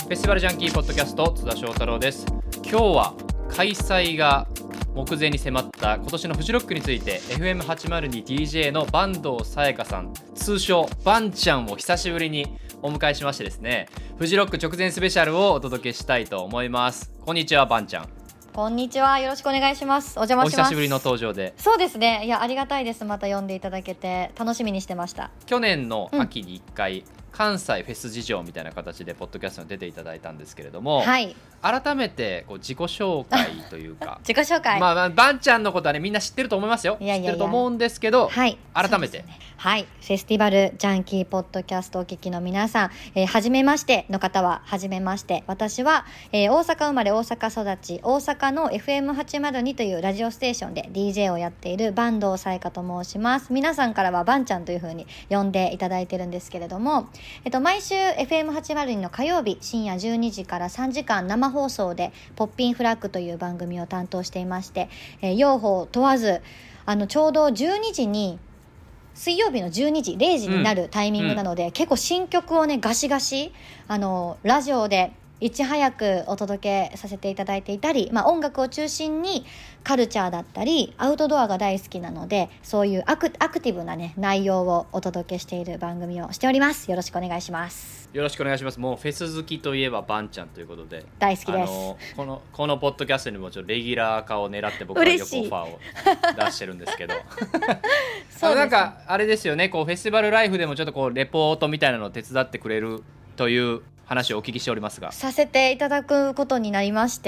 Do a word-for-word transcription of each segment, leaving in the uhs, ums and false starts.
フェスティバルジャンキーポッドキャスト津田翔太郎です。今日は開催が目前に迫った今年のフジロックについて エフエムはちまるにディージェー の坂東さやかさん、通称バンちゃんを久しぶりにお迎えしましてですね、フジロック直前スペシャルをお届けしたいと思います。こんにちは、バンちゃん。 こんにちは、よろしくお願いします。お邪魔します。 お久しぶりの登場で。 そうですね、いやありがたいです。また呼んでいただけて楽しみにしてました。 去年の秋にいっかい、うん、関西フェス事情みたいな形でポッドキャストに出ていただいたんですけれども、 はい、 改めてこう自己紹介というか自己紹介、 まあ、まあバンちゃんのことはねみんな知ってると思いますよ。 いやいやいや知ってると思うんですけど、 はい、 改めて、 ね、はい、フェスティバルジャンキーポッドキャストをお聞きの皆さん、えー、初めましての方は初めまして。私は、えー、大阪生まれ大阪育ち、大阪の エフエムはちまるに というラジオステーションで ディージェー をやっている坂東さやかと申します。皆さんからはバンちゃんという風に呼んでいただいてるんですけれども、えっと、毎週 エフエムはちまるに の火曜日深夜じゅうにじからさんじかん生放送でポッピンフラッグという番組を担当していまして、えー、用法問わずあのちょうどじゅうにじに水曜日のじゅうにじれいじになるタイミングなので、うん、結構新曲をねガシガシあのラジオでいち早くお届けさせていただいていたり、まあ、音楽を中心にカルチャーだったりアウトドアが大好きなので、そういうアク、アクティブな、ね、内容をお届けしている番組をしております。よろしくお願いします。 よろしくお願いします。もうフェス好きといえばバンちゃんということで大好きです。 あのこのこのポッドキャストにもちょっとレギュラー化を狙って僕はよくオファーを出してるんですけどそうなんかあれですよね、こうフェスティバルライフでもちょっとこうレポートみたいなのを手伝ってくれるという話をお聞きしておりますが、 させていただくことになりまして、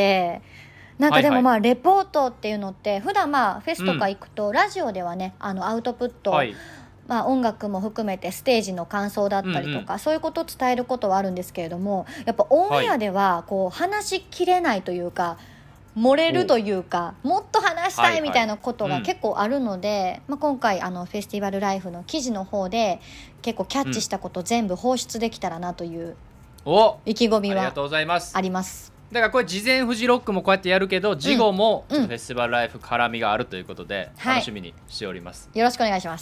なんかでもまあレポートっていうのって普段まあフェスとか行くとラジオではね、あのアウトプット、はい、まあ、音楽も含めてステージの感想だったりとか、うんうん、そういうことを伝えることはあるんですけれども、やっぱオンエアではこう話しきれないというか、漏れるというか、もっと話したいみたいなことが結構あるので、はいはい、うん、まあ、今回あのフェスティバルライフの記事の方で結構キャッチしたこと全部放出できたらなという意気込みはあります。 だからこれ事前フジロックもこうやってやるけど、事後もフェスティバルライフ絡みがあるということで楽しみにしております、 はい、よろしくお願いします。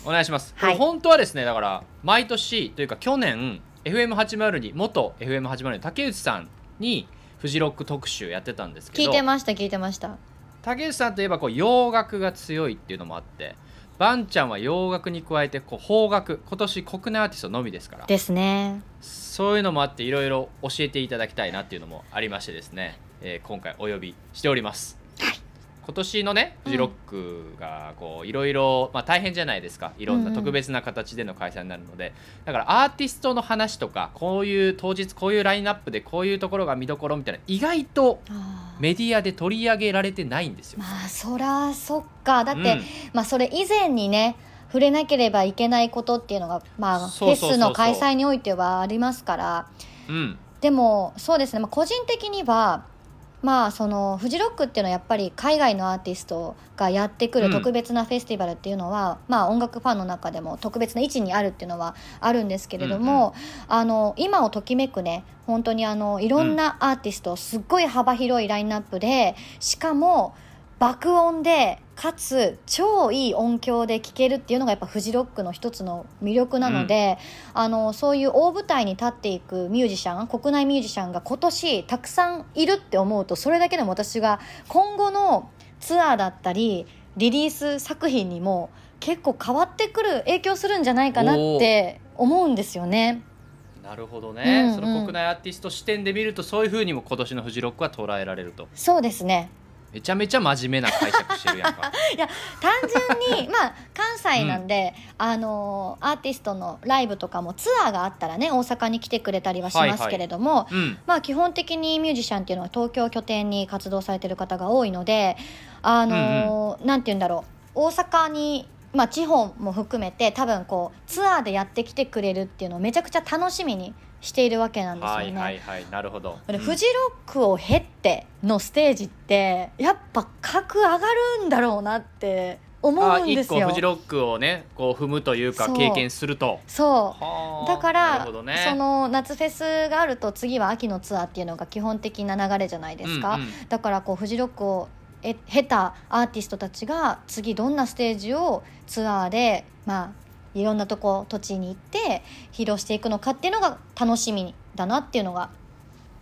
お願いします、 はい、 本当はですね、だから毎年というか去年 エフエムはちまるに 元 エフエムはちまるに 竹内さんにフジロック特集やってたんですけど、 聞いてました聞いてました。 竹内さんといえばこう洋楽が強いっていうのもあって、バンちゃんは洋楽に加えてこう邦楽、今年国内アーティストのみですからですね。 そういうのもあっていろいろ教えていただきたいなっていうのもありましてですね、えー、今回お呼びしております、はい、今年のねフジロックがこういろいろ、まあ、大変じゃないですか。いろんな特別な形での開催になるので、うんうん、だからアーティストの話とか、こういう当日こういうラインナップでこういうところが見どころみたいな、意外とメディアで取り上げられてないんですよ。 まあそらそっか。だって、うん、まあ、それ以前にね触れなければいけないことっていうのが、まあ、フェスの開催においてはありますから、うん、でもそうですね、まあ、個人的にはまあそのフジロックっていうのはやっぱり海外のアーティストがやってくる特別なフェスティバルっていうのは、うん、まあ音楽ファンの中でも特別な位置にあるっていうのはあるんですけれども、うんうん、あの今をときめくね、本当にあのいろんなアーティスト、うん、すっごい幅広いラインナップで、しかも爆音でかつ超いい音響で聴けるっていうのがやっぱフジロックの一つの魅力なので、うん、あのそういう大舞台に立っていくミュージシャン、国内ミュージシャンが今年たくさんいるって思うと、それだけでも私が今後のツアーだったりリリース作品にも結構変わってくる、影響するんじゃないかなって思うんですよね。 なるほどね、うんうん、その国内アーティスト視点で見るとそういう風にも今年のフジロックは捉えられると。 そうですね、 めちゃめちゃ真面目な解釈してるやんかいや単純にまあ関西なんで、うん、あのアーティストのライブとかもツアーがあったらね大阪に来てくれたりはしますけれども、はいはい、うん、まあ基本的にミュージシャンっていうのは東京拠点に活動されてる方が多いので、あの、うんうん、なんて言うんだろう、大阪にまあ地方も含めて多分こうツアーでやってきてくれるっていうのをめちゃくちゃ楽しみにしているわけなんですよね。 はいはいはい、なるほど。 フジロックを経てのステージってやっぱ格上がるんだろうなって思うんですよ。 一個フジロックをねこう踏むというか経験すると、 そうだから、ね、その夏フェスがあると次は秋のツアーっていうのが基本的な流れじゃないですか、うんうん、だからこうフジロックを経たアーティストたちが次どんなステージをツアーでまあいろんなとこ土地に行って披露していくのかっていうのが楽しみだなっていうのが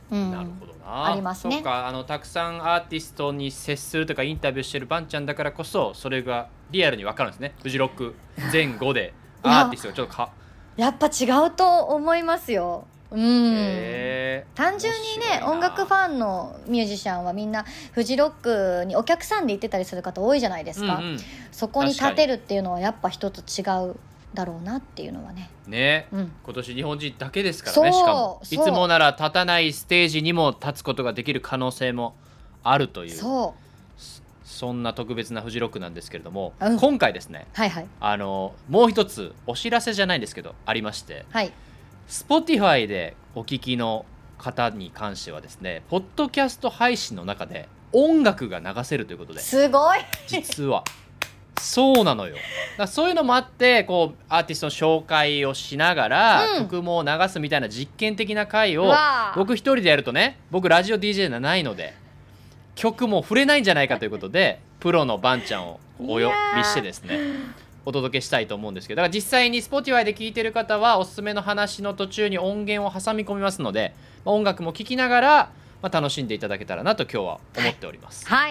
うん、 なるほどな。 ありますね。 そうか、あのたくさんアーティストに接するとかインタビューしてるバンちゃんだからこそそれがリアルに分かるんですね。フジロック前後でアーティストがちょっとかやっぱ違うと思いますよ。うん、 へー、 単純にね音楽ファンのミュージシャンはみんなフジロックにお客さんで行ってたりする方多いじゃないですか、うんうん、そこに立てるっていうのはやっぱ一つ違うだろうなっていうのはねね、 うん、 今年日本人だけですからね。しかもいつもなら立たないステージにも立つことができる可能性もあるという、 そうそんな特別なフジロックなんですけれども、 うん、 今回ですね、 はいはい、 あのもう一つお知らせじゃないんですけどありまして、 はい、 Spotify でお聞きの方に関してはですね、ポッドキャスト配信の中で音楽が流せるということで、 すごい実はそうなのよ。だからそういうのもあってこうアーティストの紹介をしながら、うん、曲も流すみたいな実験的な回を僕一人でやるとね、僕ラジオ ディージェー がないので曲も触れないんじゃないかということでプロのバンちゃんをお呼びしてですねお届けしたいと思うんですけど、だから実際に Spotify で聴いてる方はおすすめの話の途中に音源を挟み込みますので、まあ、音楽も聴きながら、まあ、楽しんでいただけたらなと今日は思っております。 はい、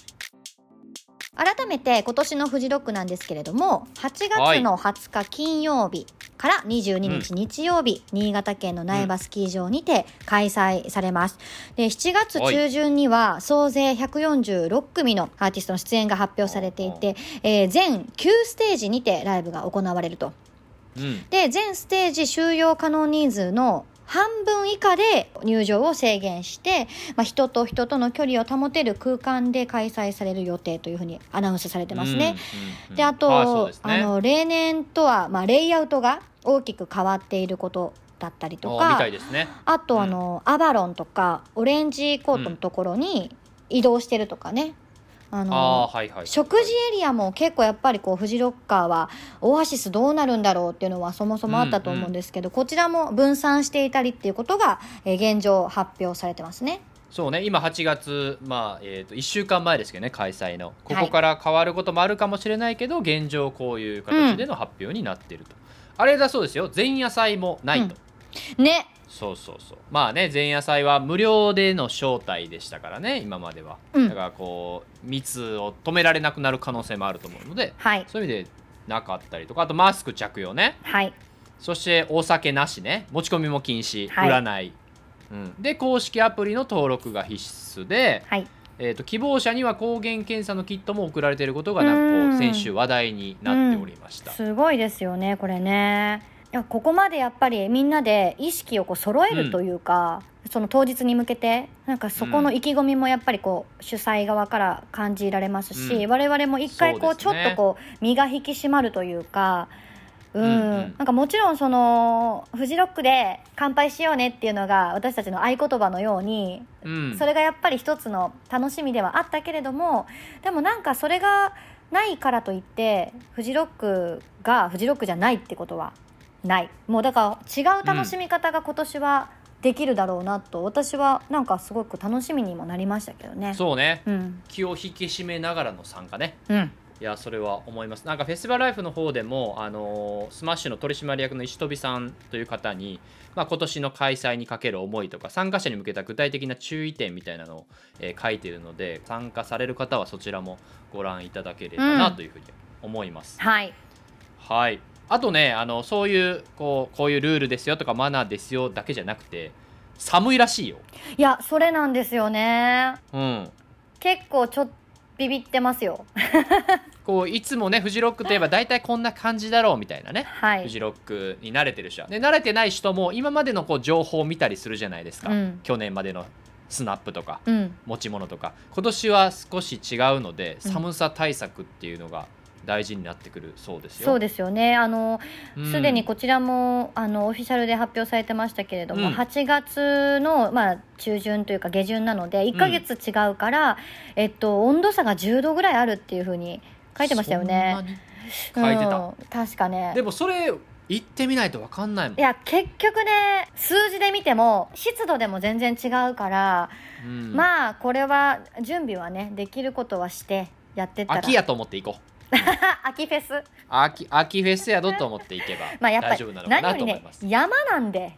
改めて今年のフジロックなんですけれども、はちがつのはつか金曜日からにじゅうににち日曜日、うん、新潟県の苗場スキー場にて開催されます。でしちがつ中旬には総勢ひゃくよんじゅうろくくみのアーティストの出演が発表されていて、えー、全きゅうステージにてライブが行われると、うん、で全ステージ収容可能人数の半分以下で入場を制限して、まあ、人と人との距離を保てる空間で開催される予定というふうにアナウンスされてますね。うんうんうん、であと、あ、ね、あの例年とは、まあ、レイアウトが大きく変わっていることだったりとか、 みたいですね、 あとあの、うん、アバロンとかオレンジコートのところに移動してるとかね、あのあ、はいはいはい、 食事エリアも結構やっぱりこうフジロッカーはオアシスどうなるんだろうっていうのはそもそもあったと思うんですけど、うんうん、こちらも分散していたりっていうことが、えー、現状発表されてますね。 そうね、今はちがつ、まあえー、といっしゅうかんまえですけどね、開催のここから変わることもあるかもしれないけど、はい、現状こういう形での発表になっていると、うん、あれだそうですよ、前夜祭もないと、 うん、ね、 そうそうそう、まあね、前夜祭は無料での招待でしたからね今までは、うん、だからこう密を止められなくなる可能性もあると思うので、はい、そういう意味でなかったりとか、あとマスク着用ね、はい、そしてお酒なしね、持ち込みも禁止、はい、売らない、うん、で公式アプリの登録が必須で、はい、えーと、希望者には抗原検査のキットも送られていることがなんかこう先週話題になっておりました。 すごいですよねこれね。いやここまでやっぱりみんなで意識をこう揃えるというか、うん、その当日に向けてなんかそこの意気込みもやっぱりこう主催側から感じられますし、うん、我々も一回こうちょっとこう身が引き締まるというか、うんうん、なんかもちろんそのフジロックで乾杯しようねっていうのが私たちの合言葉のように、うん、それがやっぱり一つの楽しみではあったけれども、でもなんかそれがないからといってフジロックがフジロックじゃないってことはない。もうだから違う楽しみ方が今年はできるだろうなと、うん、私はなんかすごく楽しみにもなりましたけどね。 そうね、うん、気を引き締めながらの参加ね、うん、いやそれは思います。なんかフェスティバルライフの方でも、あのー、スマッシュの取締役の石飛さんという方に、まあ、今年の開催にかける思いとか参加者に向けた具体的な注意点みたいなのを、えー、書いているので、参加される方はそちらもご覧いただければなというふうに思います、 うん、はい、 はい。あとね、あのそういうこうこういうルールですよとかマナーですよだけじゃなくて寒いらしいよ。 いやそれなんですよね、 うん、 結構ちょっとビビってますよこういつもねフジロックといえば大体こんな感じだろうみたいなね、 はい、 フジロックに慣れてる人はで慣れてない人も今までのこう情報を見たりするじゃないですか、うん、去年までのスナップとか、うん、持ち物とか、今年は少し違うので寒さ対策っていうのが大事になってくるそうですよ。 そうですよね。あのすで、うん、にこちらもあのオフィシャルで発表されてましたけれども、うん、はちがつの、まあ、中旬というか下旬なのでいっかげつ違うから、うん、えっと、温度差がじゅうどぐらいあるっていう風に書いてましたよね。 そんなに書いてた、 うん、確かね。 でもそれ行ってみないと分かんないもん。 いや結局ね数字で見ても湿度でも全然違うから、うん、まあこれは準備はねできることはしてやってったら秋やと思っていこう秋フェス秋, 秋フェスやどと思っていけば大丈夫なのかなと思います。 何よりね山なんで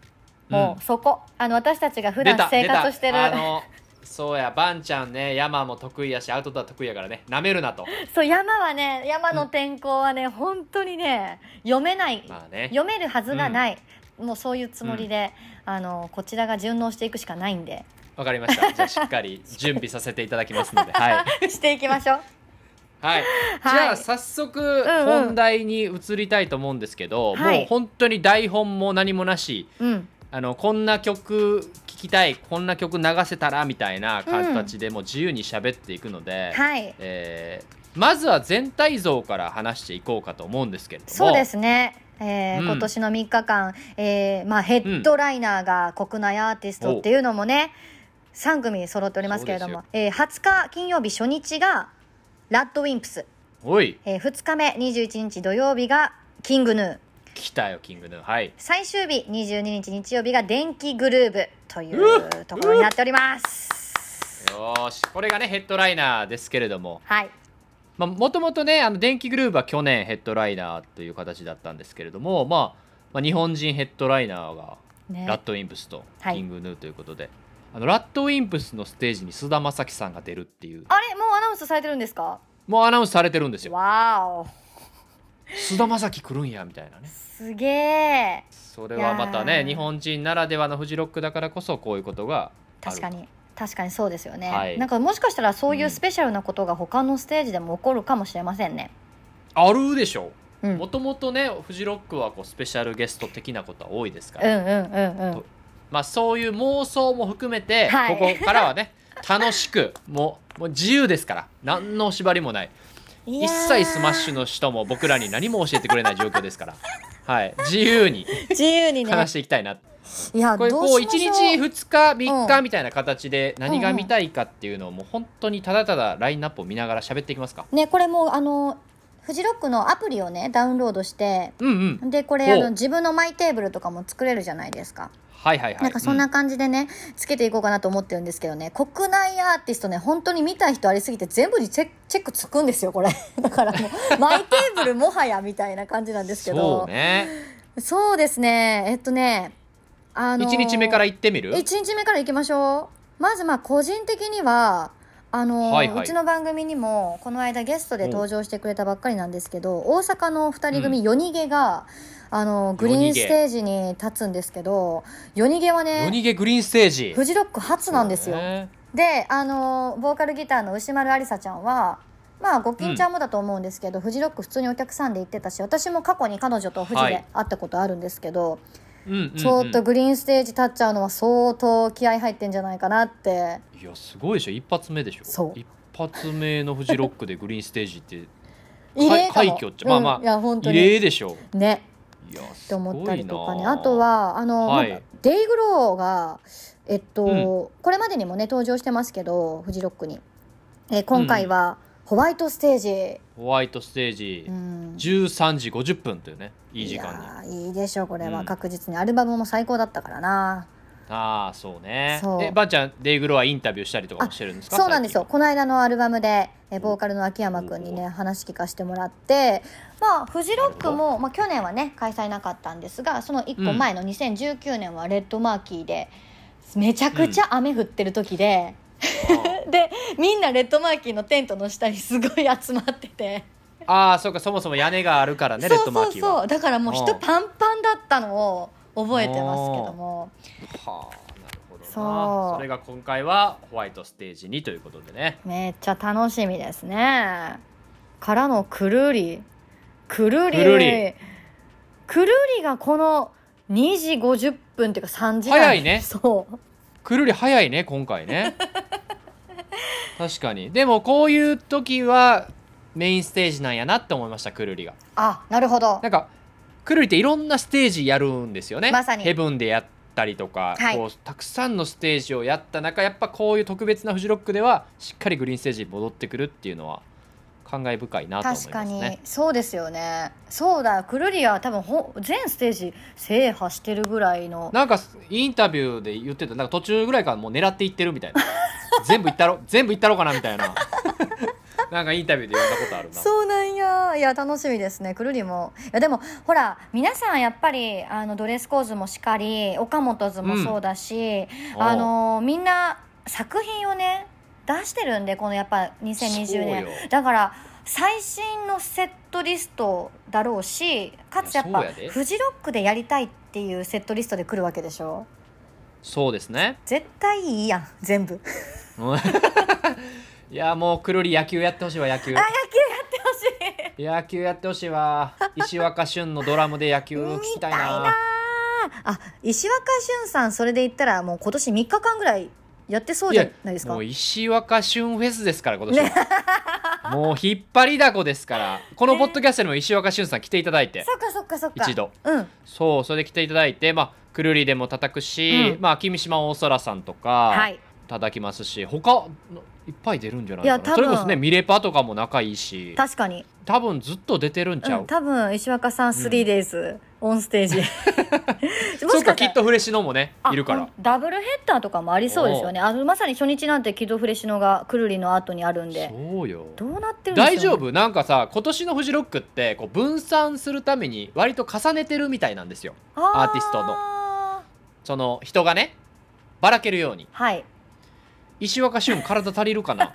もうそこ、うん、あの私たちが普段生活してるあのそうやバンちゃんね山も得意やしアウトドア得意やからねなめるなと。 そう山はね山の天候はね、うん、本当にね読めない、 まあね、 読めるはずがない、うん、もうそういうつもりで、うん、あのこちらが順応していくしかないんで。 わかりました。じゃあしっかり準備させていただきますので、はい、 していきましょう。 はい、じゃあ早速本題に移りたいと思うんですけど、うんうん、もう本当に台本も何もなし、はい、あのこんな曲聴きたいこんな曲流せたらみたいな形でもう自由に喋っていくので、うんはいえー、まずは全体像から話していこうかと思うんですけれども。 そうですね、えーうん、今年のみっかかん、えーまあ、ヘッドライナーが国内アーティストっていうのもね、うん、さん組揃っておりますけれども、えー、はつか金曜日初日がラッドウィンプス、 おい、 えー、ふつかめにじゅういちにち土曜日がキングヌー、 来たよキングヌー、はい、 最終日にじゅうににち日曜日が電気グルーヴというところになっております。 よし、これがねヘッドライナーですけれども、 はい、 まあ、もともとねあの電気グルーヴは去年ヘッドライナーという形だったんですけれども、まあ、まあ日本人ヘッドライナーがラッドウィンプスとキングヌーということで、はい、あのラッドウィンプスのステージに菅田将暉さんが出るっていう。 あれもうアナウンスされてるんですか？ もうアナウンスされてるんですよ。 わお、 菅田将暉来るんやみたいなね。 すげえ。 それはまたね日本人ならではのフジロックだからこそこういうことがある。 確かに確かにそうですよね、 はい、 なんかもしかしたらそういうスペシャルなことが他のステージでも起こるかもしれませんね、 うん、あるでしょう。もともとねフジロックはこうスペシャルゲスト的なことは多いですから、 うんうんうんうん、 まあ、そういう妄想も含めて、はい、ここからはね楽しくもう、もう自由ですから何の縛りもない、一切スマッシュの人も僕らに何も教えてくれない状況ですから、はい、自由に自由に、ね、 話していきたいな。 いやこれこういちにちふつかみっかみたいな形で何が見たいかっていうのをもう本当にただただラインナップを見ながら喋っていきますかね。これもあのフジロックのアプリをねダウンロードして、 うんうん、 でこれあの自分のマイテーブルとかも作れるじゃないですか。 はいはいはい、 なんかそんな感じでね、うん、つけていこうかなと思ってるんですけどね、国内アーティストね本当に見たい人ありすぎて全部にチェック、チェックつくんですよこれだからもうマイテーブルもはやみたいな感じなんですけど。 そうね、 そうですね、えっとねあのー、 いちにちめから行ってみる？ いちにちめから行きましょう。まずまあ個人的にはあのーはいはい、うちの番組にもこの間ゲストで登場してくれたばっかりなんですけど、大阪のふたり組、うん、夜逃げがあのグリーンステージに立つんですけど、夜逃げはね夜逃げグリーンステージフジロック初なんですよ。であのボーカルギターの牛丸ありさちゃんはまあご近ちゃんもだと思うんですけど、うん、フジロック普通にお客さんで行ってたし、私も過去に彼女とフジで会ったことあるんですけど、はい、ちょっとグリーンステージ立っちゃうのは相当気合入ってんじゃないかなって。 いやすごいでしょ、一発目でしょ。そう一発目のフジロックでグリーンステージって異例かも。 快挙っちゃ、うん、まあまあいや本当に異例でしょね。 いやって思ったりとかね。あとはあの、はい、デイグローがえっと、うん、これまでにもね登場してますけどフジロックに、えー、今回はホワイトステージ、 うん、ホワイトステージ、うん、じゅうさんじごじゅっぷんというねいい時間に。 いやいいでしょこれは確実に、うん、アルバムも最高だったからな。 ああそうね。そうえばあちゃんデイグロはインタビューしたりとかもしてるんですか？ そうなんですよ。この間のアルバムでえボーカルの秋山くんにね話聞かせてもらって、まあフジロックも、まあ、去年はね開催なかったんですが、そのいっこまえのにせんじゅうきゅうねんはレッドマーキーでめちゃくちゃ雨降ってる時で、うん、でみんなレッドマーキーのテントの下にすごい集まってて、 ああそうか、そもそも屋根があるからねレッドマーキーは。 そうそうそう、だからもう人パンパンだったのを覚えてますけども。 はあなるほどな。そうそれが今回はホワイトステージにということでね、 めっちゃ楽しみですね。からのくるりくるりくるりくるりがこのにじごじゅっぷんっていうかさんじかん早いね。 そうくるり早いね今回ね確かに。でもこういう時はメインステージなんやなって思いました。くるりが。 あ、なるほど。 なんかくるりっていろんなステージやるんですよね。 まさにヘブンでやったりとか、はい、こうたくさんのステージをやった中、やっぱこういう特別なフジロックではしっかりグリーンステージに戻ってくるっていうのは感慨深いなと思いますね。 確かにそうですよね。そうだ、くるりは多分ほ全ステージ制覇してるぐらいの。 なんかインタビューで言ってた、なんか途中ぐらいからもう狙っていってるみたいな全部いったろ全部いったろかなみたいななんかインタビューで読んだことあるな。 そうなんや。いや楽しみですね。くるりも。いやでもほら皆さんやっぱりあのドレスコーズもしかり、岡本図もそうだし、うん、あのみんな作品をね出してるんで、このやっぱにせんにじゅうねんだから最新のセットリストだろうし、かつやっぱフジロックでやりたいっていうセットリストで来るわけでしょ。 そうですね。 絶対いいやん全部いやもうくるり野球やってほしいわ。野球あ野球やってほしい野球やってほしいわ。石若俊のドラムで野球聞きたいな。 見たいなあ。石若俊さんそれで言ったらもう今年みっかかんぐらいやってそうじゃないですか。 もう石若俊フェスですから今年は、ね、もう引っ張りだこですから、このポッドキャストにも石若俊さん来ていただいて、 そっかそっかそっか一度、 うん、 そうそれで来ていただいて、まあくるりでも叩くし、うん、まあ君島大空さんとか、はい、叩きますし、他いっぱい出るんじゃないかな。それこそねミレパとかも仲いいし、 確かに多分ずっと出てるんちゃう、 うん、多分石若さん スリーデイズ、うん、オンステージそっか、きっとフレシノもねいるから、 ダブルヘッダーとかもありそうですよね。あのまさに初日なんてキッドフレシノがくるりの後にあるんで、 そうよ。 どうなってるんでしょうね。 大丈夫？なんかさ今年のフジロックってこう分散するために割と重ねてるみたいなんですよ、アーティストのその人がねばらけるように。 はい。 石若俊体足りるかな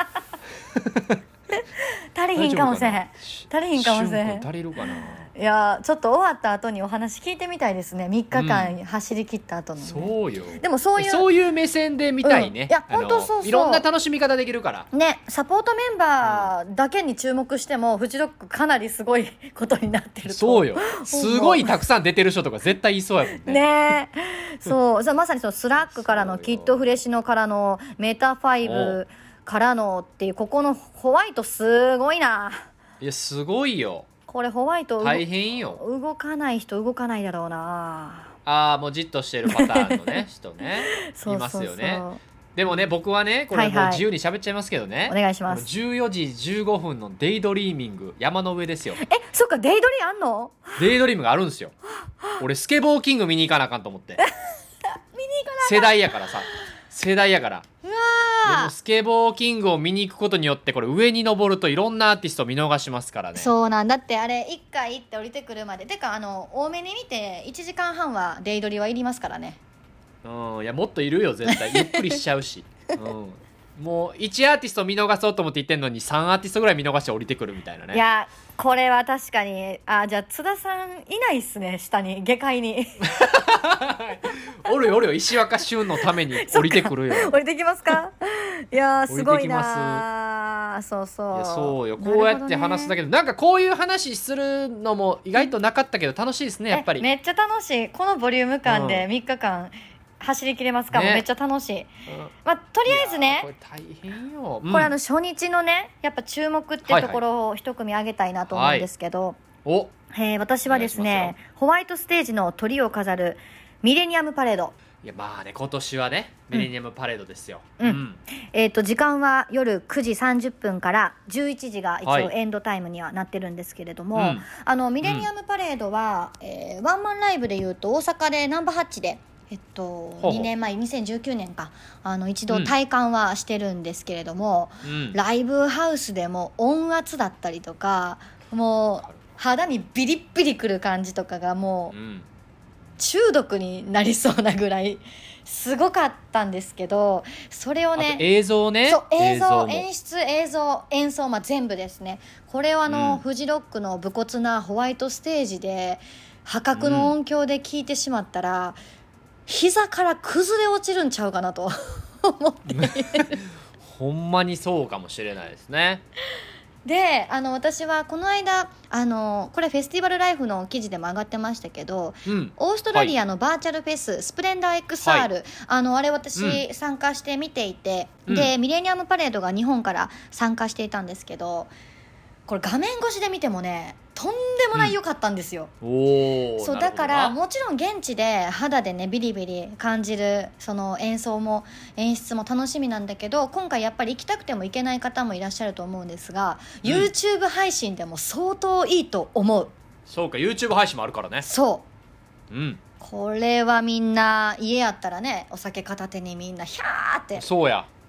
足りひんかもせん。足りひんかもせん。 足りるかな。 いやちょっと終わった後にお話聞いてみたいですね。みっかかん走り切った後の、ね、 うん、そうよ。 でもそういうそういう目線で見たいね、 うん、いや本当そうそう、 いろんな楽しみ方できるからね。サポートメンバーだけに注目しても、うん、フジロックかなりすごいことになってると。 そうよ。すごいたくさん出てる人とか絶対いそうやもんね。 ねそう、まさにそのスラックからのキッドフレシノからのメタファイブからのっていう、ここのホワイトすごいな。 いやすごいよこれ。ホワイト大変よ。 動かない人動かないだろうな。 ああもうじっとしてるパターンのね人ねいますよね。でもね僕はねこれもう自由に喋っちゃいますけどね、はいはい、 お願いします。 じゅうよじじゅうごふんのデイドリーミング山の上ですよ。 えそっかデイドリーあんの？ デイドリームがあるんですよ俺スケボーキング見に行かなあかんと思って見に行かなあかん。 世代やからさ世代やから。 うわでもスケボーキングを見に行くことによってこれ上に登るといろんなアーティストを見逃しますからね。 そうなんだってあれいっかい行って降りてくるまでてかあの多めに見ていちじかんはんはデイドリはいりますからね。 うんいやもっといるよ絶対ゆっくりしちゃうし、うん、もういちアーティスト見逃そうと思って言ってんのにさんアーティストぐらい見逃して降りてくるみたいなね。 いやこれは確かに。あじゃあ津田さんいないっすね下に下界におるよおるよ石若俊のために降りてくるよ降りてきますかいやすごいな。そうそういやそうよ。こうやって話すだけで、ね、なんかこういう話するのも意外となかったけど楽しいですねやっぱり。 めっちゃ楽しい。このボリューム感でみっかかん走り切れますか、ね、もめっちゃ楽しい、うんまあ、とりあえずねこれ大変よ、うん、 これあの初日のねやっぱ注目ってところを一組挙げたいなと思うんですけど、 はいはい、 えー、私はですねホワイトステージのトリを飾るミレニアムパレード。 いやまあね今年はねミレニアムパレードですよ、 うんうん、えーと時間は夜くじさんじゅっぷんからじゅういちじが一応エンドタイムにはなってるんですけれども、はい、あのミレニアムパレードは、うんえー、ワンマンライブでいうと大阪でナンバーハッチでえっと、ほうほうにねんまえにせんじゅうきゅうねんかあの一度体感はしてるんですけれども、うん、ライブハウスでも音圧だったりとかもう肌にビリッビリくる感じとかがもう中毒になりそうなぐらいすごかったんですけど、それをね映像ねそう映像演出映像演奏、まあ、全部ですね。これをあの、うん、フジロックの武骨なホワイトステージで破格の音響で聴いてしまったら、うん膝から崩れ落ちるんちゃうかなと思ってほんまにそうかもしれないですね。 であの私はこの間あのこれフェスティバルライフの記事でも上がってましたけど、うん、オーストラリアのバーチャルフェス、はい、スプレンダー エックスアール、はい、あのあれ私、うん、参加して見ていて、うん、でミレニアムパレードが日本から参加していたんですけど、これ画面越しで見てもねとんでもない良かったんですよ、うん、おそうだからもちろん現地で肌でねビリビリ感じるその演奏も演出も楽しみなんだけど、今回やっぱり行きたくても行けない方もいらっしゃると思うんですが、うん、YouTube 配信でも相当いいと思う。 そうか YouTube 配信もあるからね。 そう、 うん、 これはみんな家やったらねお酒片手にみんなヒャーってそうや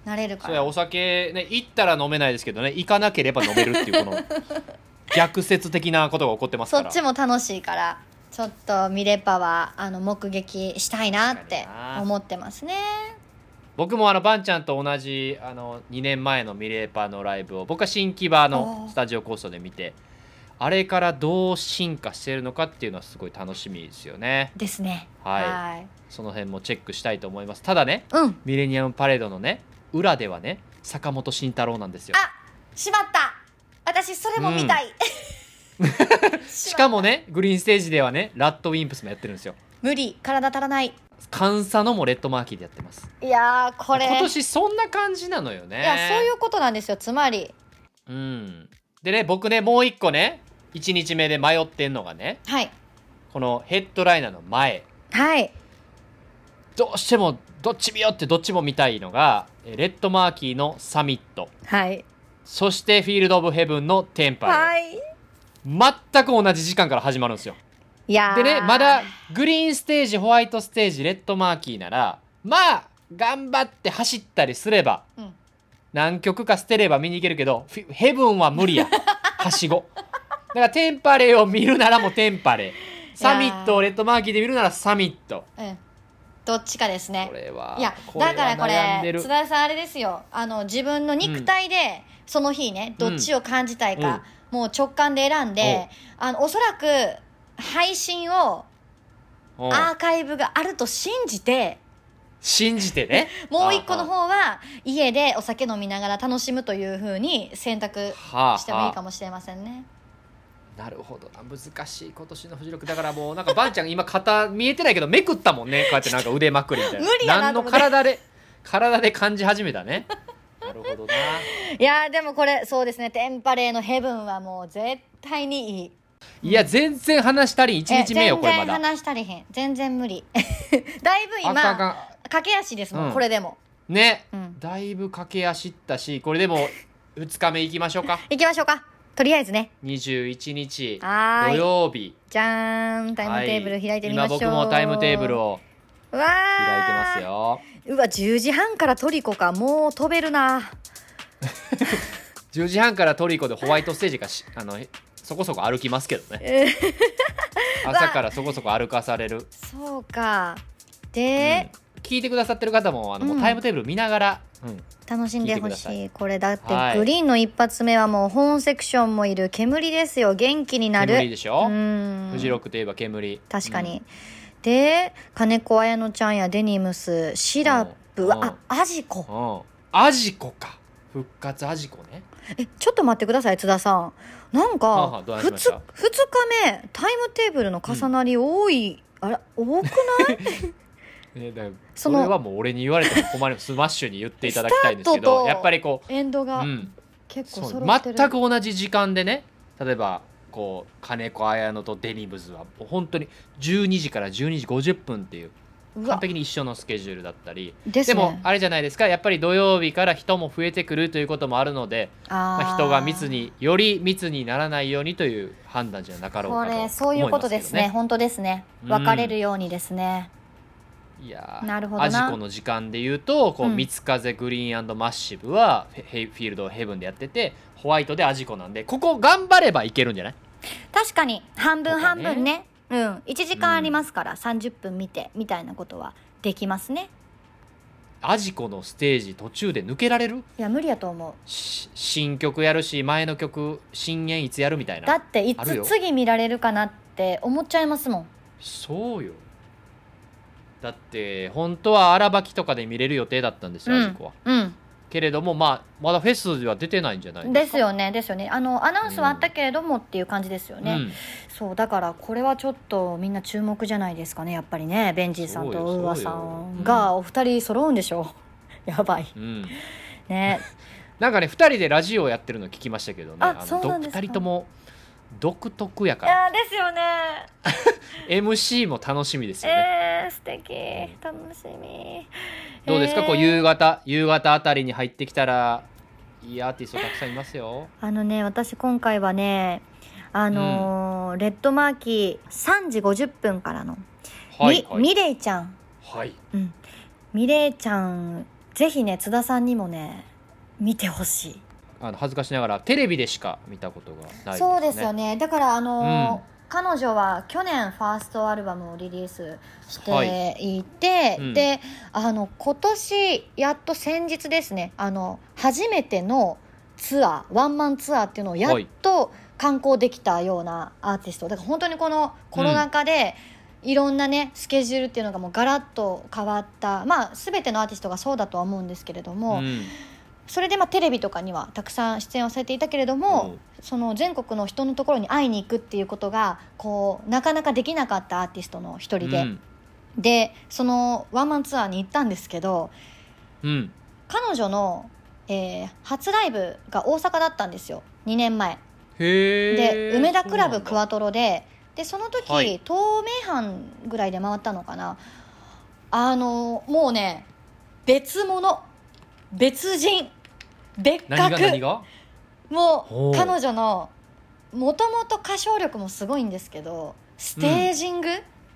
なれるから。 そうや、お酒ね行ったら飲めないですけどね、行かなければ飲めるっていうこの逆説的なことが起こってますから。 そっちも楽しいからちょっとミレパはあの目撃したいなって思ってますね。 僕もあのバンちゃんと同じあのにねんまえのミレーパのライブを僕は新木場のスタジオコーストで見て、あれからどう進化しているのかっていうのはすごい楽しみですよね。 ですね。 はい、 はい、 その辺もチェックしたいと思います。ただね、 うん、 ミレニアムパレードのね裏ではね坂本慎太郎なんですよ。 あ、しまった、私それも見たい、 うん、しかもねグリーンステージではねラッドウィンプスもやってるんですよ。 無理、体足らない。 監査のもレッドマーキーでやってます。 いやーこれ今年そんな感じなのよね。 いやそういうことなんですよ、つまり。 うんでね、僕ねもう一個ねいちにちめで迷ってんのがね、 はい、 このヘッドライナーの前、 はい、 どうしてもどっち見ようってどっちも見たいのがレッドマーキーのサミット、 はい、 そしてフィールド・オブ・ヘブンのテンパー、 はい、 全く同じ時間から始まるんですよ。 いやでね、まだグリーンステージ、ホワイトステージ、レッドマーキーならまあ頑張って走ったりすれば、うん、何曲か捨てれば見に行けるけどヘブンは無理やはしごだからテンパレーを見るならもうテンパレー、サミットをレッドマーキーで見るならサミット、 うん、どっちかですね。 これはいやだからこれ津田さんあれですよ、あの自分の肉体でその日ね、うん、どっちを感じたいか、うん、もう直感で選んで、あのおそらく配信をアーカイブがあると信じて信じてねもう一個の方は家でお酒飲みながら楽しむという風に選択してもいいかもしれませんね。 なるほどな、難しい今年のフジロックだからもうなんかバンちゃん今肩見えてないけどめくったもんね、こうやってなんか腕まくりみたいな無理やな何の体で体で感じ始めたねなるほどな。 いやでもこれそうですね、テンパレーのヘブンはもう絶対にいい。 いや全然話したりんいちにちめよ、これまだ全然話したりへん、全然無理だいぶ今駆け足ですもん、うん、これでもね、 うん、だいぶ駆け足ったし、これでもふつかめ行きましょうか行きましょうか、とりあえずねにじゅういちにち土曜日、 じゃーん、タイムテーブル開いてみましょう。 今僕もタイムテーブルを開いてますよ。 うわじゅうじはんからトリコか、もう飛べるなじゅうじはんからトリコでホワイトステージがしあのそこそこ歩きますけどね朝からそこそこ歩かされる。 そうかで、 うん、聞いてくださってる方もあの、うん、もうタイムテーブル見ながら、うん、 楽しんでほしい。これだってグリーンの一発目はもう本セクションもいる煙ですよ、元気になる。 煙でしょ、うん、フジロックといえば煙。 確かに、うん、で金子綾乃ちゃんやデニムスシラップ、うん、あアジコ、 アジコか、復活アジコね。 えちょっと待ってください津田さん、なんか 2, 2日目タイムテーブルの重なり多い、うん、あら多くないね、だそれはもう俺に言われても困るスマッシュに言っていただきたいんですけど、やっぱりこうエンドが結構揃ってる、 全く同じ時間でね、例えばこう金子綾乃とデニムズは本当にじゅうにじからじゅうにじごじゅっぷんっていう完璧に一緒のスケジュールだったり で,、ね、でもあれじゃないですか、やっぱり土曜日から人も増えてくるということもあるので、あ、まあ、人が密により密にならないようにという判断じゃなかろうかと思いますけどね。 これそういうことですね、本当ですね、分かれるようにですね、 うん、いやなるほどな。 アジコの時間でいうとこう、うん、三つ風グリーン&マッシブはフィールドヘブンでやってて、ホワイトでアジコなんで、ここ頑張ればいけるんじゃない？ 確かに半分半分ね、うん、いちじかんありますから、うん、さんじゅっぷん見てみたいなことはできますね。 アジコのステージ途中で抜けられる？ いや無理やと思う。 新曲やるし前の曲新演いつやるみたいな、 だっていつ次見られるかなって思っちゃいますもん。 そうよ、だって本当は荒ばきとかで見れる予定だったんですよ、うん、アジコは、うん、けれども、まあ、まだフェスでは出てないんじゃないですか。 ですよねですよね、あのアナウンスはあったけれども、うん、っていう感じですよね、うん、そうだからこれはちょっとみんな注目じゃないですかね、やっぱりね。ベンジーさんとウーアさんがお二人揃うんでしょう、うん、やばい、うん、ねなんかねふたりでラジオやってるの聞きましたけどね、 ああそうなんですか。 ふたりとも独特やから、 いやですよねエムシー も楽しみですよね。 えー、素敵、楽しみ。 どうですか、えー、こう夕方夕方あたりに入ってきたらいいアーティストたくさんいますよ。 あのね私今回はねあのーうん、レッドマーキーさんじごじゅっぷんからの、はいはい、ミレイちゃん、 はい、 うん、ミレイちゃんぜひね津田さんにもね見てほしい。 あの恥ずかしながらテレビでしか見たことがないですね。 そうですよね。だからあの、 うん彼女は去年ファーストアルバムをリリースしていて、 はいうん、 であの今年やっと先日ですねあの初めてのツアーワンマンツアーっていうのをやっと観光できたようなアーティストだから本当にこのコロナ禍で、いろんなねスケジュールっていうのがもうガラッと変わったまあ全てのアーティストがそうだとは思うんですけれども、 うんそれでまあテレビとかにはたくさん出演をされていたけれども、うん、その全国の人のところに会いに行くっていうことがこうなかなかできなかったアーティストの一人で、うん、でそのワンマンツアーに行ったんですけど、うん、彼女の、えー、初ライブが大阪だったんですよにねんまえへで梅田クラブクワトロででその時、はい、東名阪ぐらいで回ったのかなあのもうね別物別人別格何が何がもう彼女のもともと歌唱力もすごいんですけどステージング、うん、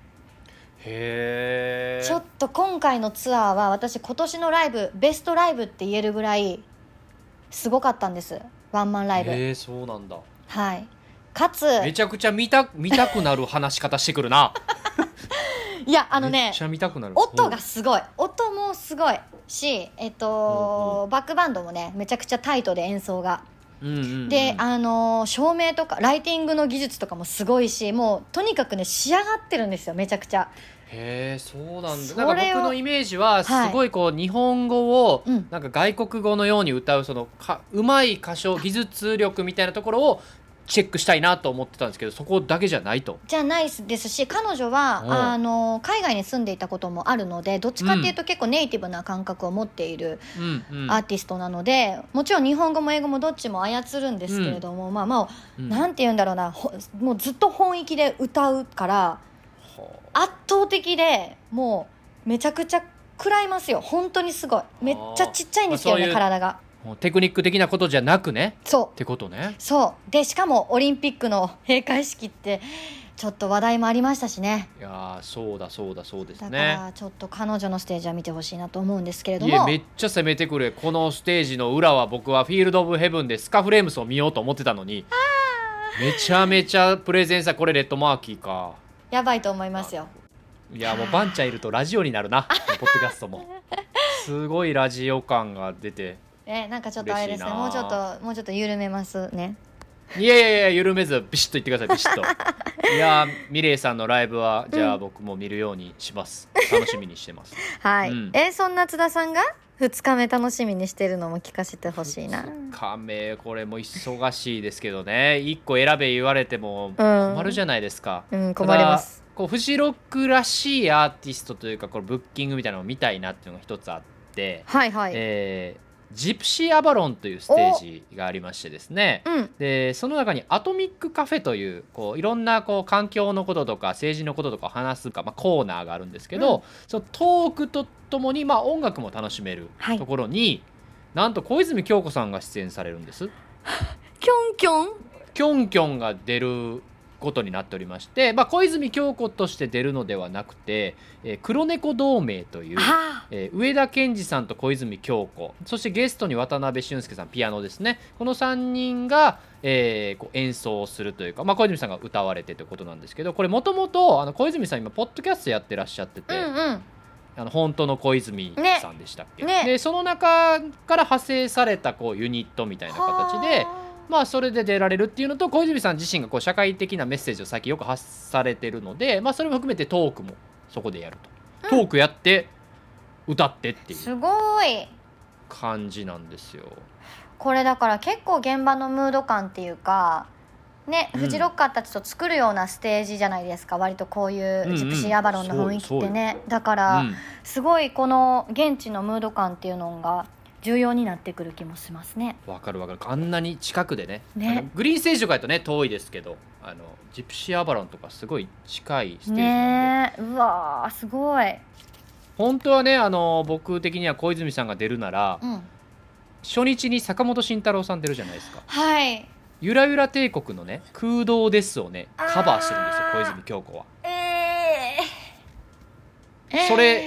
へーちょっと今回のツアーは私今年のライブベストライブって言えるぐらいすごかったんですワンマンライブ。 へーそうなんだ。 はいかつめちゃくちゃ見た見たくなる話し方してくるないやあのねめっちゃ見たくなる音がすごい音もすごいし、えっとうんうん、バックバンドもねめちゃくちゃタイトで演奏が、うんうんうん、であの照明とかライティングの技術とかもすごいしもうとにかくね仕上がってるんですよめちゃくちゃ。 へえそうなんだ。なんか僕のイメージはすごいこう、はい、日本語をなんか外国語のように歌うそのかうまい歌唱技術力みたいなところをチェックしたいなと思ってたんですけどそこだけじゃないと。 じゃないですし彼女はあの海外に住んでいたこともあるのでどっちかっていうと結構ネイティブな感覚を持っているアーティストなので、うんうん、もちろん日本語も英語もどっちも操るんですけれども、うん、まあまあ、うん、なんて言うんだろうなもうずっと本域で歌うから圧倒的でもうめちゃくちゃ食らいますよ本当にすごいめっちゃちっちゃいんですよね、まあ、体がテクニック的なことじゃなくねそうってことね。 そうでしかもオリンピックの閉会式ってちょっと話題もありましたしね。 いやそうだそうだそうですね。 だからちょっと彼女のステージは見てほしいなと思うんですけれども。 いやめっちゃ攻めてくれこのステージの裏は僕はフィールドオブヘブンでスカフレームスを見ようと思ってたのにめちゃめちゃプレゼンさこれレッドマーキーかやばいと思いますよ。 いやもうバンちゃんいるとラジオになるなポッドキャストもすごいラジオ感が出てえなんかちょっとあれですねもうちょっともうちょっと緩めますね。 いやいやいや緩めずビシッと言ってくださいビシッといやミレイさんのライブはじゃあ僕も見るようにします、うん、楽しみにしてますはい、うん、えそんな津田さんがふつかめ楽しみにしてるのも聞かせてほしいな。ふつかめこれも忙しいですけどねいっこ選べ言われても困るじゃないですか、 うん、うん、困ります。 こうフジロックらしいアーティストというかこれブッキングみたいなのを見たいなっていうのが一つあってはいはい、 えージプシーアバロンというステージがありましてですね、うん、でその中にアトミックカフェという、こういろんなこう環境のこととか政治のこととかを話すか、まあ、コーナーがあるんですけど、うん、そのトークとともに、まあ、音楽も楽しめるところに、はい、なんと小泉京子さんが出演されるんです。 キョンキョンキョンキョンが出ることになっておりまして、まあ、小泉京子として出るのではなくて、えー、黒猫同盟という、えー、上田健二さんと小泉京子そしてゲストに渡辺俊介さんピアノですねこのさんにんが、えー、こう演奏をするというか、まあ、小泉さんが歌われてということなんですけどこれもともと小泉さん今ポッドキャストやってらっしゃってて、うんうん、あの本当の小泉さんでしたっけ、ねね、でその中から派生されたこうユニットみたいな形でまあそれで出られるっていうのと小泉さん自身がこう社会的なメッセージを最近よく発されてるので、まあ、それも含めてトークもそこでやると、うん、トークやって歌ってっていうすごい感じなんですよ。 これだから結構現場のムード感っていうかね、フジロッカーたちと作るようなステージじゃないですか、うん、割とこういうジプシーアバロンの雰囲気ってね、うんうん、だから、うん、すごいこの現地のムード感っていうのが重要になってくる気もしますね。 わかるわかるあんなに近くで ね, ねグリーンステージとかだとね遠いですけどあのジプシーアバロンとかすごい近いステージなんで、 ね、うわーすごい本当はねあの僕的には小泉さんが出るなら、うん、初日に坂本慎太郎さん出るじゃないですか。 はいゆらゆら帝国のね空洞ですをねカバーしてるんですよ小泉京子は、 えー、 それ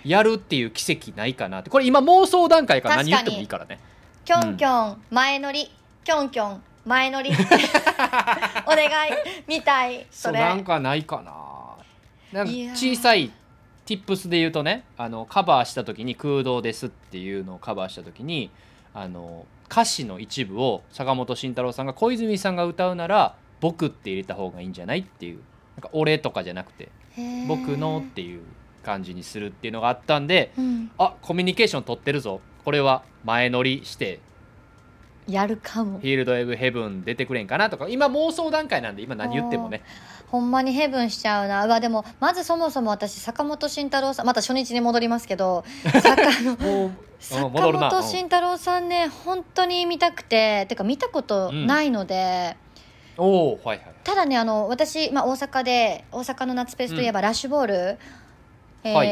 やるっていう奇跡ないかなって。これ今妄想段階から何言ってもいいからね。 キョンキョン前乗り、うん、キョンキョン前乗りお願いみたい。それそうなんかないかな。なんか小さい tips で言うとね、あのカバーした時に空洞ですっていうのをカバーした時にあの歌詞の一部を坂本慎太郎さんが小泉さんが歌うなら僕って入れた方がいいんじゃないっていう、なんか俺とかじゃなくて僕のっていう感じにするっていうのがあったんで、うん、あコミュニケーション取ってるぞ、これは前乗りしてやるかも、 フィールド・オブ・ヘブン出てくれんかなとか、今妄想段階なんで今何言ってもねほんまにヘブンしちゃうな。うわでもまずそもそも私坂本慎太郎さん、また初日に戻りますけど坂本慎太郎さんね本当に見たくて、てか見たことないので、 うん、おー、はいはい、 ただねあの私、まあ、大阪で大阪の夏フェスといえば、うん、ラッシュボール、えーはい、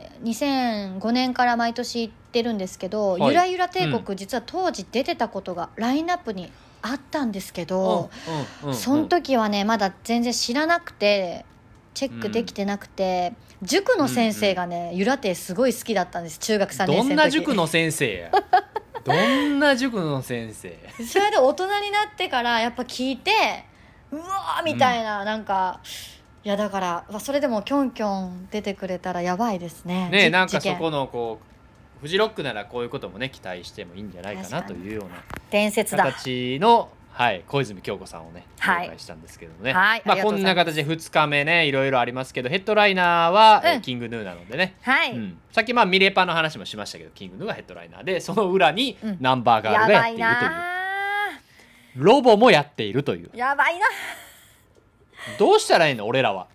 にせんごねんから毎年行ってるんですけど、はい、ゆらゆら帝国、うん、実は当時出てたことがラインナップにあったんですけど、うんうんうん、その時はねまだ全然知らなくてチェックできてなくて、うん、塾の先生がね、うんうん、ゆら亭すごい好きだったんです、中学さんねん生の時。 どんな塾の先生やどんな塾の先生それで大人になってからやっぱ聞いてうわーみたいな、うん、なんかいやだからそれでもキョンキョン出てくれたらやばいですね。 ねえ、なんかそこのこうフジロックならこういうこともね期待してもいいんじゃないかなというような伝説だ形の、はい、小泉京子さんをね紹介したんですけどもね、はい、まあ、こんな形でふつかめねいろいろありますけど、ヘッドライナーは、うん、えキングヌーなのでね、はい、うん、さっきまあミレパの話もしましたけどキングヌーがヘッドライナーで、その裏にナンバーガールがやっているという、うん、ロボもやっているという。 やばいな。 どうしたらいいの俺らは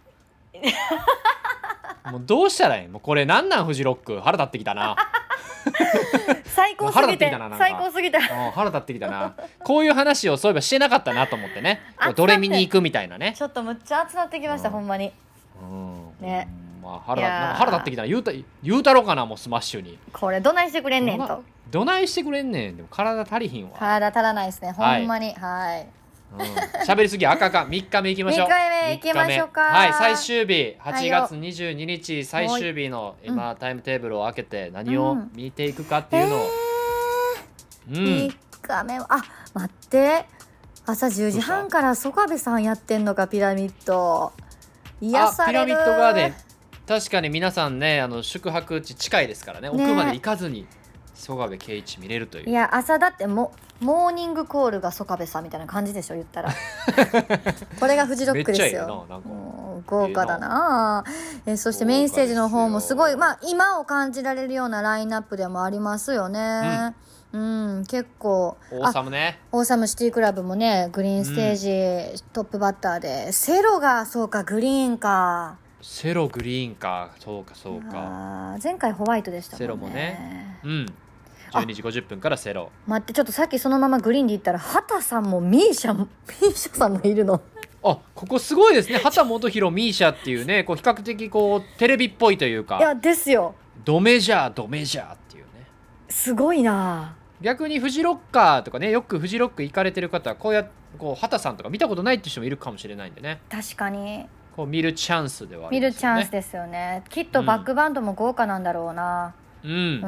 もうどうしたらいいの。もうこれなんなんフジロック、腹立ってきたな最高すぎて最高すぎて腹立ってきたな。こういう話をそういえばしてなかったなと思ってねどれ見に行くみたいなね。 ちょっとむっちゃ熱なってきました、うん、ほんまに、うん、ね、 まあ、腹, なんか腹立ってきたな。言うた言うたろかな、もうスマッシュにこれどないしてくれんねんと。 どないしてくれんねん。でも体足りひんわ。 体足らないですねほんまに。はい、 喋、うん、りすぎ赤かみっかめいきましょう。 みっかめいきましょうか。 はい、最終日はちがつにじゅうににち最終日の今、うん、タイムテーブルを開けて何を見ていくかっていうのを、 うんうん、みっかめはあ待って朝じゅうじはんから曽我部さんやってんのか。ピラミッド癒される。 ピラミッドガーデン確かに皆さんねあの宿泊地近いですからね、奥まで行かずに曽我部圭一見れるという。 いや朝だってもモーニングコールが曽我部さんみたいな感じでしょ言ったらこれがフジロックですよ。豪華だな、えー、そしてメインステージの方もすごい、まあ、今を感じられるようなラインナップでもありますよね、うんうん、結構オーサムね、 オーサムシティクラブもねグリーンステージ、うん、トップバッターでセロがそうかグリーンかセログリーンかそうかそうか。 あ前回ホワイトでしたもんね。 セロもね、うんじゅうにじごじゅっぷんからセロ。 待ってちょっとさっきそのままグリーンで言ったら畑さんもミーシャもミーシャさんもいるのあここすごいですね。畑基博ミーシャっていうねこう比較的こうテレビっぽいというか。 いやですよドメジャードメジャーっていうねすごいな。 逆にフジロッカーとかねよくフジロック行かれてる方はこうやこう畑さんとか見たことないっていう人もいるかもしれないんでね。 確かにこう見るチャンスではありますよね。 見るチャンスですよね。きっとバックバンドも豪華なんだろうな。 うんうん、うん、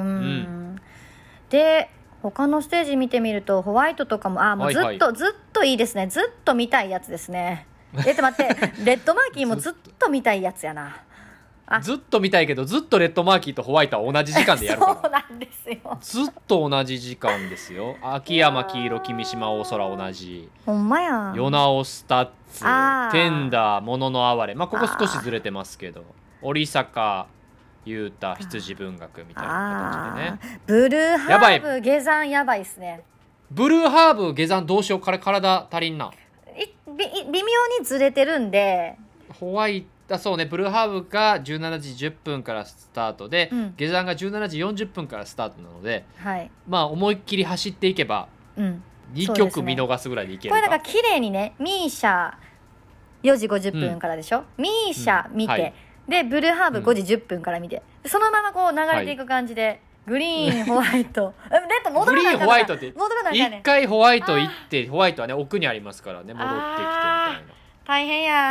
で他のステージ見てみるとホワイトとかもあもうずっと、はいはい、ずっといいですね。ずっと見たいやつですね。えっと待ってレッドマーキーもずっと見たいやつやな。 あずっと見たいけどずっとレッドマーキーとホワイトは同じ時間でやるからそうなんですよ。 ずっと同じ時間ですよ。秋山黄色君島大空同じ。 ほんまや。 ヨナオスタッツテンダーもののあわれ、まあここ少しずれてますけど織坂優太羊文学みたいな形でね。 ブルーハーブ下山やばいっすね。 ブルーハーブ下山どうしようから体足りんな。 微妙にずれてるんでホワイトそうねブルーハーブがじゅうしちじじゅっぷんからスタートで、うん、下山がじゅうしちじよんじゅっぷんからスタートなので、はい、まあ思いっきり走っていけば、うん、にきょく見逃すぐらいでいけるか、 これだから綺麗にねミーシャよじごじゅっぷんからでしょ、うん、ミーシャ見て、うんはい、でブルーハーブごじじゅっぷんから見て、うん、そのままこう流れていく感じで、はい、グリーンホワイトレッド戻らないからグリーンホワイトって一回ホワイト行ってホワイトはね奥にありますからね戻ってきてみたいな。 大変や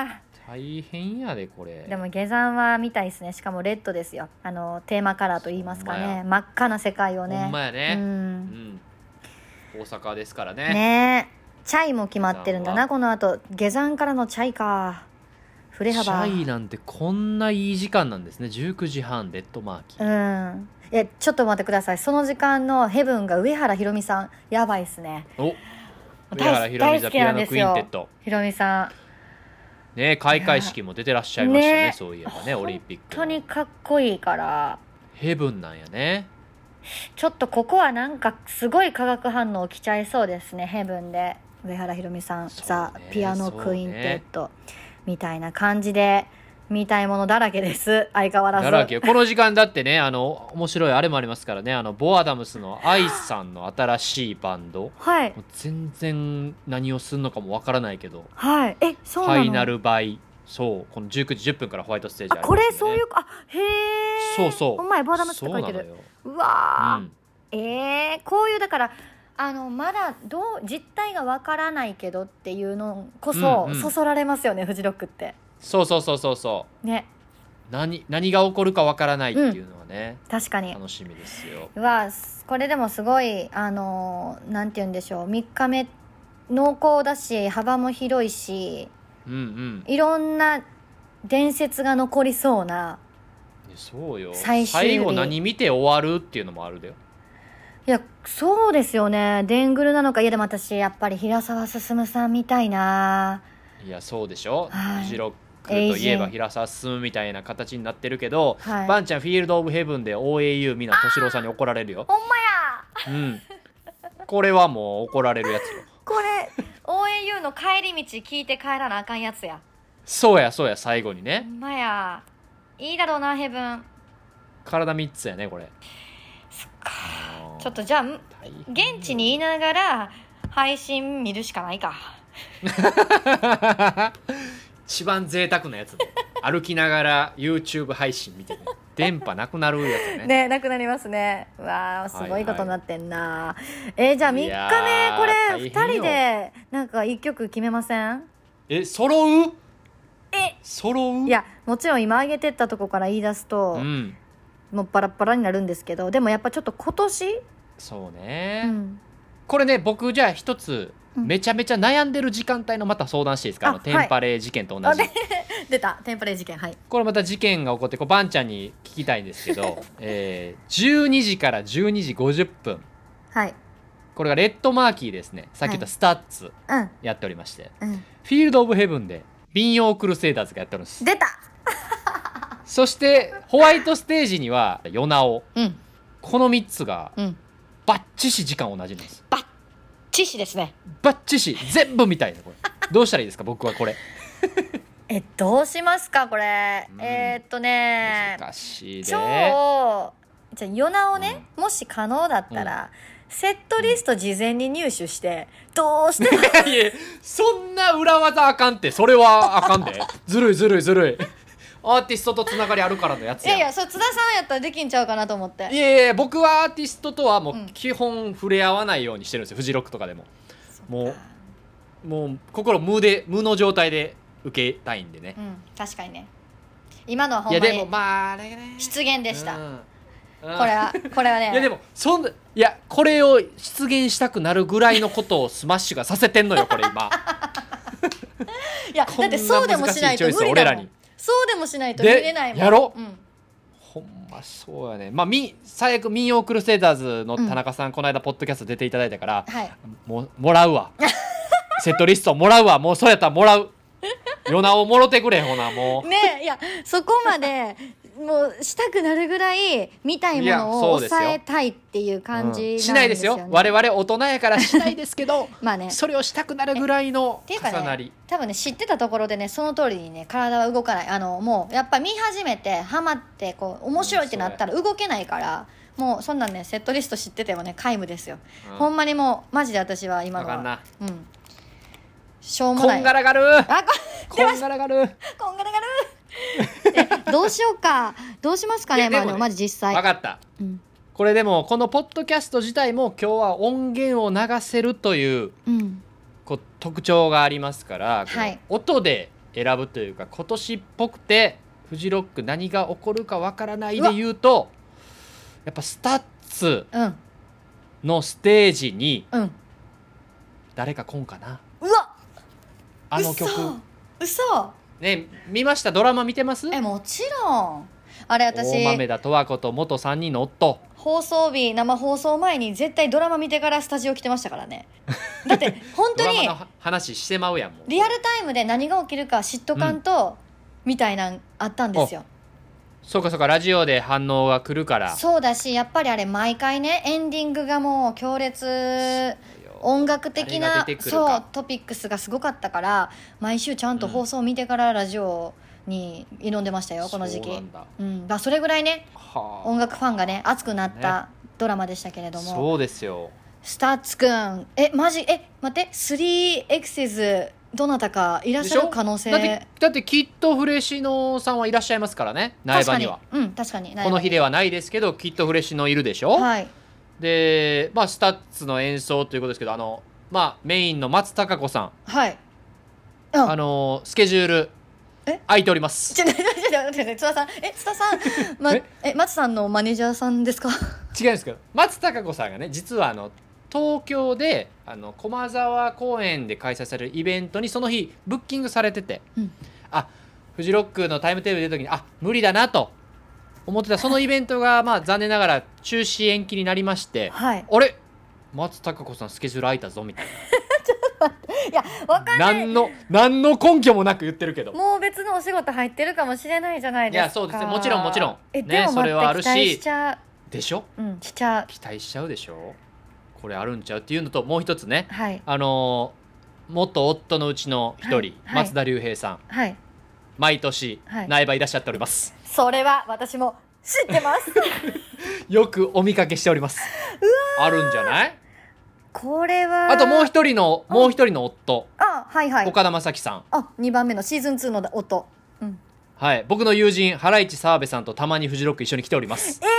大変やでこれ。 でも下山は見たいですね。しかもレッドですよ。あのテーマカラーと言いますかね、真っ赤な世界をね。 ほんまやね、 うん、 うん、大阪ですからね。 ねえ、チャイも決まってるんだなこの後。下山からのチャイか。振れ幅。 チャイなんてこんないい時間なんですね。じゅうくじはんレッドマーキー。 うん。えちょっと待ってください。その時間のヘブンが上原ひろみさん、やばいっすね。 お上原ひろみザピアノクインテッド。 ひろみさんね、開会式も出てらっしゃいましたね、ね、そういえばね、オリンピック。 本当にかっこいいからヘブンなんやね。 ちょっとここはなんかすごい化学反応起きちゃいそうですね。ヘブンで上原ひろみさん、ね、ザ・ピアノクインテッド、ね、みたいな感じで見たいものだらけです。相変わらずだらけ。この時間だってね、あの面白いあれもありますからね。あのボアダムスのアイさんの新しいバンド、 はい、 もう全然何をするのかもわからないけど、 はい、えそうなの。 ファイナルバイ、そうこのじゅうくじじゅっぷんからホワイトステージあります、ね、 これそういう、あへえ、 そうそう、 お前ボアダムスって書いてる。うわー、うん、えー、こういうだからあのまだどう実態がわからないけどっていうのこそ、うんうん、そそられますよね、フジロックって。 そうそうそうそうそうね、何, 何が起こるかわからないっていうのはね、 うん、確かに楽しみですよ。 うわこれでもすごいあのなんて言うんでしょう、みっかめ濃厚だし幅も広いし、うんうん、いろんな伝説が残りそうな。 そうよ、 最最後何見て終わるっていうのもあるだよ。 いやそうですよね。デングルなのか。いやでも私やっぱり平沢進さんみたいな。 いやそうでしょ、はい、フジロックといえば平沢進みたいな形になってるけど、はい、バンちゃんフィールドオブヘブンで オーエーユー みんな敏郎さんに怒られるよ。 ほんまや、 うん、これはもう怒られるやつよ。 これ オーエーユー の帰り道聞いて帰らなあかんやつや。 そうやそうや、最後にね。 ほんまや、いいだろうなヘブン。 体みっつやねこれ。 そっか、ちょっとじゃあ現地にいながら配信見るしかないか。 一番贅沢なやつで歩きながら YouTube 配信見て、ね、電波なくなるやつね。 ね、なくなりますね。わあすごいことになってんな、はいはい、えー、じゃあみっかめこれふたりでなんかいっきょく決めません？ え揃う？ え揃う？ いやもちろん今上げてったとこから言い出すと、うん、もうバラバラになるんですけど、でもやっぱちょっと今年そうね、うん、これね僕じゃあ一つめちゃめちゃ悩んでる時間帯のまた相談していいですか？あのテンパレー事件と同じ、はい、 出たテンパレー事件。はい、 これまた事件が起こってこうバンちゃんに聞きたいんですけど、えー、じゅうにじからじゅうにじごじゅっぷん、 はい、 これがレッドマーキーですね。さっき言ったスタッツやっておりまして、 うんうん、 フィールドオブヘブンで民謡クルセイダーズがやっておるんです。 出たそしてホワイトステージにはヨナオ、 うん、 このみっつがバッチシ時間同じなんです。 バッチシですね。 バッチシ全部見たいねこれ。どうしたらいいですか僕はこれ。 えどうしますかこれ、うん、えー、っとね難しいで。 超じゃあヨナをね、うん、もし可能だったら、うん、セットリスト事前に入手してどうしてもいやそんな裏技あかんって。それはあかんで。ずるいずるいずるい。アーティストとつながりあるからのやつや。 いやいやそれ津田さんやったらできんちゃうかなと思って。 いやいや僕はアーティストとはもう基本触れ合わないようにしてるんですよ、フジロックとかでも。もうもう心無で無の状態で受けたいんでね、 うん、確かにね。今のはほんまにいやでもまああれね失言でした、うん、これはこれはねいやでもそんないやこれを出現したくなるぐらいのことをスマッシュがさせてんのよこれ今。 いやだってそうでもしないと無理だもん。そうでもしないと見れないもん。 やろ、うん、ほんまそうやね。まあみ最悪民謡クルセイダーズの田中さん、うん、この間ポッドキャスト出ていただいたから、はい、も, もらうわ。セットリストもらうわ。もうそうやったらもらう。ヨナをもろてくれほなもう。 ねえいやそこまでもうしたくなるぐらい見たいものを抑えたいっていう感じなんですよね。 しないですよ我々大人やからしないですけどまあ、ね、それをしたくなるぐらいの重なり、 ね、多分ね知ってたところでねその通りにね体は動かない。あのもうやっぱ見始めてハマってこう面白いってなったら動けないから、うん、もうそんなんねセットリスト知っててもね皆無ですよ、うん、ほんまにもうマジで私は今のは分かんな、 うん、しょうもない。 こんがらがる。あここんがらがるこんがらがるえどうしようかどうしますかね。まあ、ねマジ実際分かった、うん、これでもこのポッドキャスト自体も今日は音源を流せるという、うん、こう特徴がありますから、はい、音で選ぶというか今年っぽくてフジロック何が起こるかわからないで言うとやっぱスタッツのステージに誰か来んかな、 うん、うわあの曲うそね、見ました？ドラマ見てます？ えもちろんあれ私大豆田十和子と元さんにんの夫放送日生放送前に絶対ドラマ見てからスタジオ来てましたからねだって本当にドラマの話してまうやんもうリアルタイムで何が起きるか知っとかんと、うん、みたいなんあったんですよ。 そうかそうかラジオで反応が来るからそうだしやっぱりあれ毎回ねエンディングがもう強烈音楽的なそうトピックスがすごかったから毎週ちゃんと放送を見てからラジオに挑んでましたよ、うん、この時期 そ, うん、まあ、それぐらいね音楽ファンがね熱くなったドラマでしたけれども、ね、 そうですよ。 スタッツくんえマジえ待って スリーエックス ズどなたかいらっしゃる可能性だってだってきっとフレッシュのさんはいらっしゃいますからね苗場には。 確かに、うん、確かにこの日ではないですけどきっとフレッシュのいるでしょ。 はいで、まあ、スタッツの演奏ということですけどあの、まあ、メインの松たか子さん、 はい、 うん、あのスケジュール空いております。 ちょっと待って津田さんえ津田さん、ま、ええ松さんのマネージャーさんですか？ 違うんですけど松たか子さんがね実はあの東京であの駒沢公園で開催されるイベントにその日ブッキングされてて、うん、あフジロックのタイムテーブル出た時にあ無理だなと思ってたそのイベントがまあ残念ながら中止延期になりまして、はい、あれ松たか子さんスケジュール空いたぞみたいなちょっと待っていやわかんない何の何の根拠もなく言ってるけどもう別のお仕事入ってるかもしれないじゃないですか。 いやそうですねもちろんもちろんえでも、ね、 それはあるし期待しちゃうでしょ、 うん、しちゃう期待しちゃうでしょこれあるんちゃうっていうのともう一つね、 はい、 あの元夫のうちの一人、はい、松田龍平さん、はい、毎年、はい、苗場いらっしゃっております。 それは私も知ってますよくお見かけしております。 うわあるんじゃない？ これはあともう一人のもう一人の夫あ、はいはい、 岡田将生さんあにばんめのシーズンツーの夫、うん、 はい、僕の友人ハライチ澤部さんとたまにフジロック一緒に来ております。 え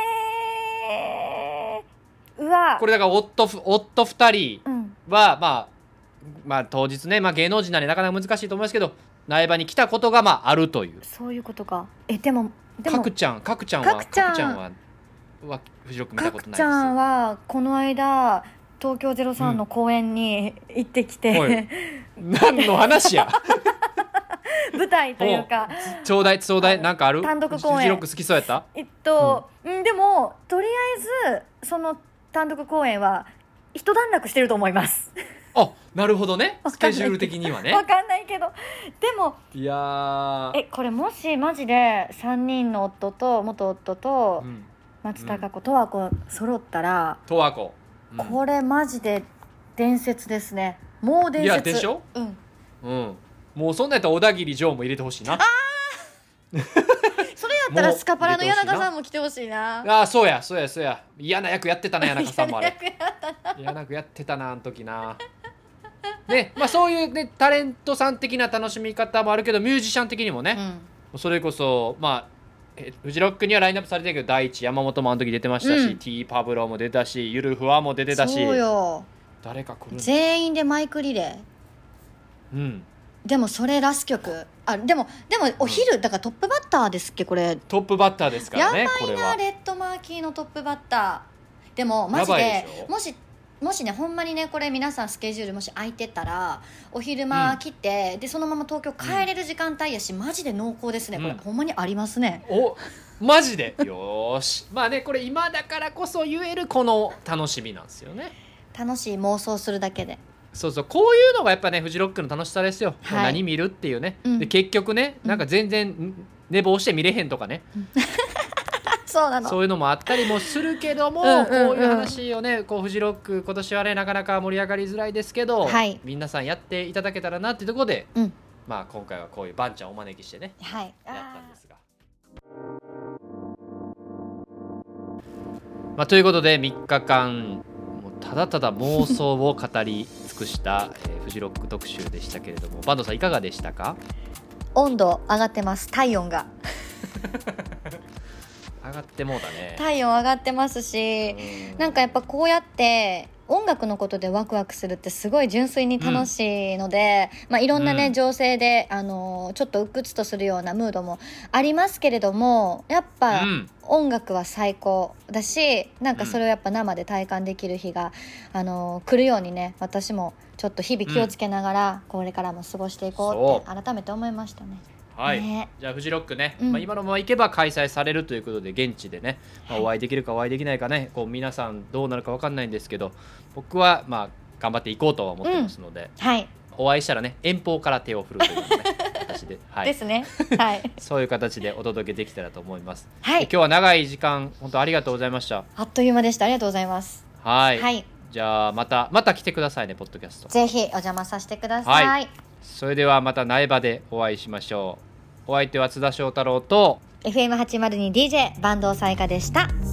ー、うわこれだから夫夫ふたりは、うん、まあまあ当日ね、まあ、芸能人なんでなかなか難しいと思いますけど苗場に来たことがまああるという。 そういうことか。えでもでも角ちゃん角ちゃんは角ちゃんははフジロック見たことないです。 角ちゃんはこの間東京ゼロさんの公演に行ってきて、うん、 何の話や舞台というかちょうだいちょうだいなんかある単独公演フジロック好きそうやったえっと、うん、でもとりあえずその単独公演は一段落してると思いますあなるほどねスケジュール的にはね分かんないけどでもいやえこれもしマジでさんにんの夫と元夫と松たか子十和子揃ったら十和子、 うん、これマジで伝説ですね。もう伝説。 いやでしょ、 うんうん、もうそんなんやったら小田切城も入れてほしいな。あそれやったらスカパラの谷中さんも来てほしいな。 ああそうやそうやそうや嫌な役やってたな谷中さんもあれ嫌な役やってたなあの時なねまあ、そういう、ね、タレントさん的な楽しみ方もあるけどミュージシャン的にもね、うん、それこそまあえフジロックにはラインナップされてるけど第一山本もあの時出てましたし、うん、T パブロも出たしゆるふわも出てたしそうよ誰か来る全員でマイクリレー、うん、 でもそれラス曲あでもでもお昼、うん、だからトップバッターですっけこれトップバッターですからねやばいなこれはレッドマーキーのトップバッターでもマジ で, でもしもしねほんまにねこれ皆さんスケジュールもし空いてたらお昼間来て、うん、でそのまま東京帰れる時間帯やし、うん、マジで濃厚ですねこれ、うん、ほんまにありますねおマジでよーしまあねこれ今だからこそ言えるこの楽しみなんですよね楽しい妄想するだけでそうそうこういうのがやっぱねフジロックの楽しさですよ、はい、何見るっていうね、うん、で結局ねなんか全然寝坊して見れへんとかね、うんそうなのそういうのもあったりもするけども、うんうんうん、こういう話をねこうフジロック今年はねなかなか盛り上がりづらいですけど、はい、皆さんやっていただけたらなっていうところで、うん、まあ今回はこういうバンちゃんをお招きしてね、はい、やったんですがまあ、ということでみっかかんもうただただ妄想を語り尽くした、えー、フジロック特集でしたけれどもバンドさんいかがでしたか？ 温度上がってます体温が上がってもうだね体温上がってますし、なんかやっぱこうやって音楽のことでワクワクするってすごい純粋に楽しいので、うんまあ、いろんなね、うん、情勢で、あのちょっと鬱屈とするようなムードもありますけれども、やっぱ、うん音楽は最高だし、なんかそれをやっぱ生で体感できる日が、うん、あの来るようにね、私もちょっと日々気をつけながら、うん、これからも過ごしていこうって改めて思いましたね。 はい、 ね、 じゃあフジロックね、うんまあ、今のまま行けば開催されるということで現地でね、まあ、お会いできるかお会いできないかね、こう皆さんどうなるか分かんないんですけど、僕はまあ頑張っていこうとは思ってますので、 うんはい、 お会いしたらね遠方から手を振るという、ね、形で、はい、 ですね、はい、 そういう形でお届けできたらと思います、 はい、 今日は長い時間本当ありがとうございました。 あっという間でした。ありがとうございます。 はい、 はい、 じゃあまたまた来てくださいね、ポッドキャストぜひお邪魔させてください、はい、 それではまた苗場でお会いしましょう。お相手は津田翔太郎とエフエムはちまるにディージェー 坂東彩花でした。